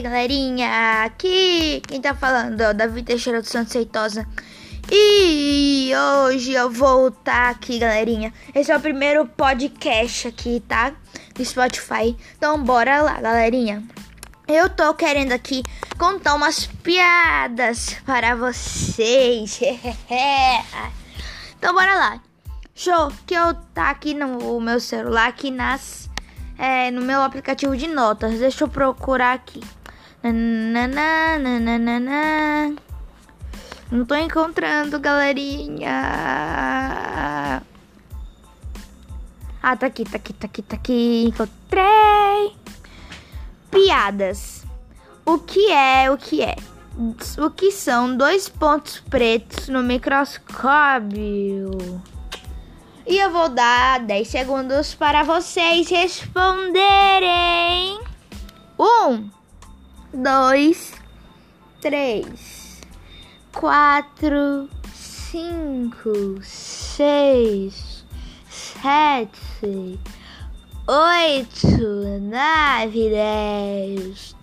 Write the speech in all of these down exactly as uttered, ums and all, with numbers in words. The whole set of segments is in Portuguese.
galerinha, aqui quem tá falando é o Davi Teixeira do Santos Seitosa. E hoje eu vou estar aqui, galerinha. Esse é o primeiro podcast aqui, tá? Do Spotify. Então bora lá, galerinha. Eu tô querendo aqui contar umas piadas para vocês. Então bora lá. Show, que eu tá aqui no meu celular, aqui nas... É, no meu aplicativo de notas. Deixa eu procurar aqui. Nananana, nananana. Não tô encontrando, galerinha. Ah, tá aqui, tá aqui, tá aqui, tá aqui. Encontrei. Piadas. O que é, o que é? O que são dois pontos pretos no microscópio? E eu vou dar dez segundos para vocês responderem. Um, dois, três, quatro, cinco, seis, sete, oito, nove, dez.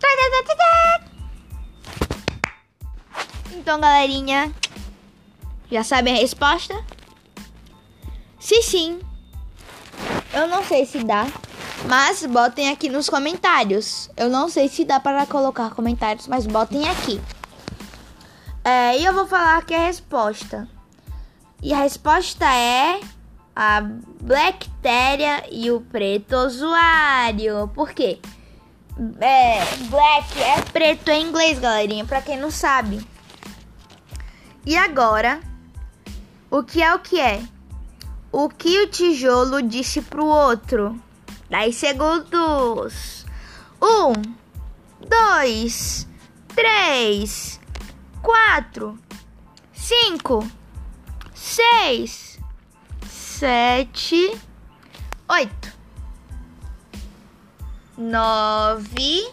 Então, galerinha, já sabem a resposta? Se sim, eu não sei se dá, mas botem aqui nos comentários. Eu não sei se dá para colocar comentários, mas botem aqui. É, e eu vou falar aqui a resposta. E a resposta é a bactéria e o pretozoário. Por quê? É, black é preto em inglês, galerinha, pra quem não sabe. E agora, o que é o que é? O que o tijolo disse pro outro? dez segundos. Um, dois, três, quatro, cinco, seis, sete, oito, nove,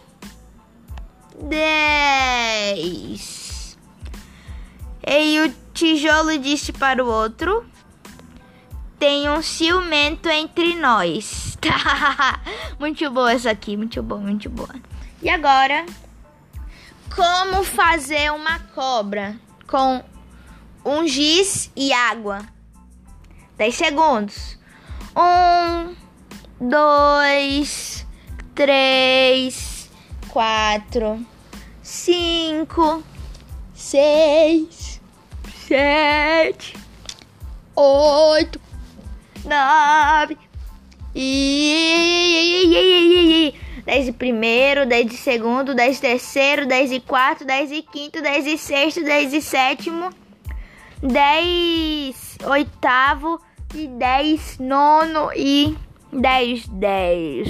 dez. E o tijolo disse para o outro: tem um ciumento entre nós. Muito boa essa aqui, muito boa, muito boa. E agora, como fazer uma cobra com um giz e água? dez segundos. Um, dois, três, quatro, cinco, seis, sete, oito, nove e dez de primeiro, dez de segundo, dez de terceiro, dez de quarto, dez de quinto, dez de sexto, dez de sétimo, dez oitavo e dez nono e dez dez.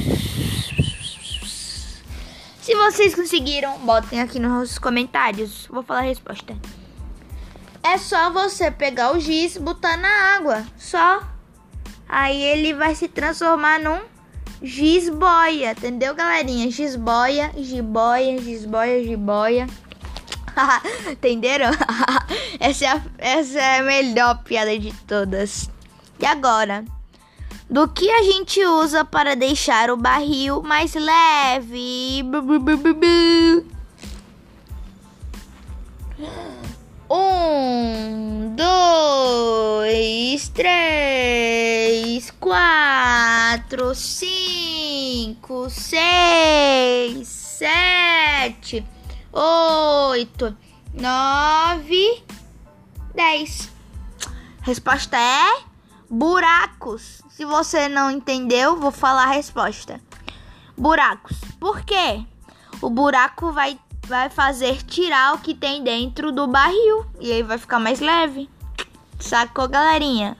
Se vocês conseguiram, botem aqui nos comentários. Vou falar a resposta. É só você pegar o giz e botar na água. Só. Aí ele vai se transformar num giz-boia. Entendeu, galerinha? Giz-boia, giboia, giz-boia, giboia. Entenderam? essa, é a, essa é a melhor piada de todas. E agora? Do que a gente usa para deixar o barril mais leve? Bu, bu, bu, bu, bu. Um, dois, três, quatro, cinco, seis, sete, oito, nove, dez. Resposta é buracos. Se você não entendeu, vou falar a resposta. Buracos. Por quê? O buraco vai vai fazer tirar o que tem dentro do barril. E aí vai ficar mais leve. Sacou, galerinha?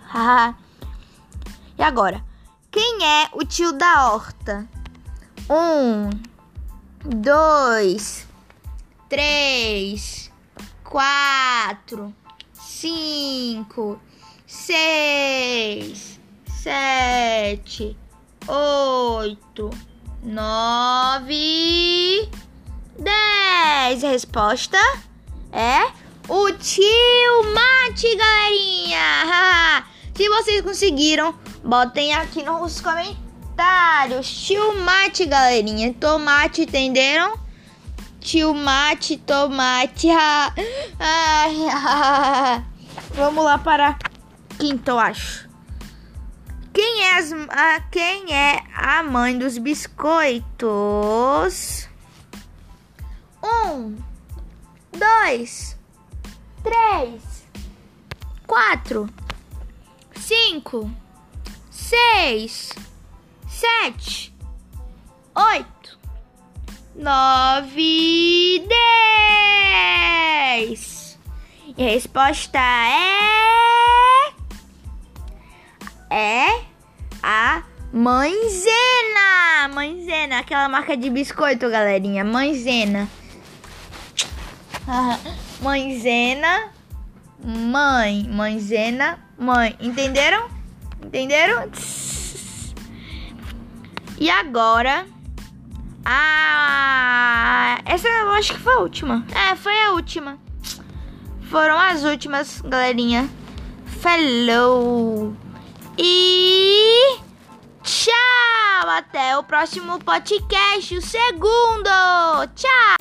E agora? Quem é o tio da horta? Um, dois, três, quatro, cinco, seis, sete, oito, nove... dez. A resposta é o tio mate, galerinha. Se vocês conseguiram, botem aqui nos comentários. Tio mate, galerinha. Tomate, entenderam? tio mate, tomate. Ah, ai, ah. Vamos lá para a quinta, eu acho. Quem é, as, a, quem é a mãe dos biscoitos? Um, dois, três, quatro, cinco, seis, sete, oito, nove, dez. E a resposta é... É a Mãezena. Mãezena, aquela marca de biscoito, galerinha. Mãezena. Mãezena. Mãe. Mãezena. Mãe. Entenderam? Entenderam? E agora... Ah, essa eu acho que foi a última. É, foi a última. Foram as últimas, galerinha. Falou. E tchau! Até o próximo podcast, o segundo! Tchau!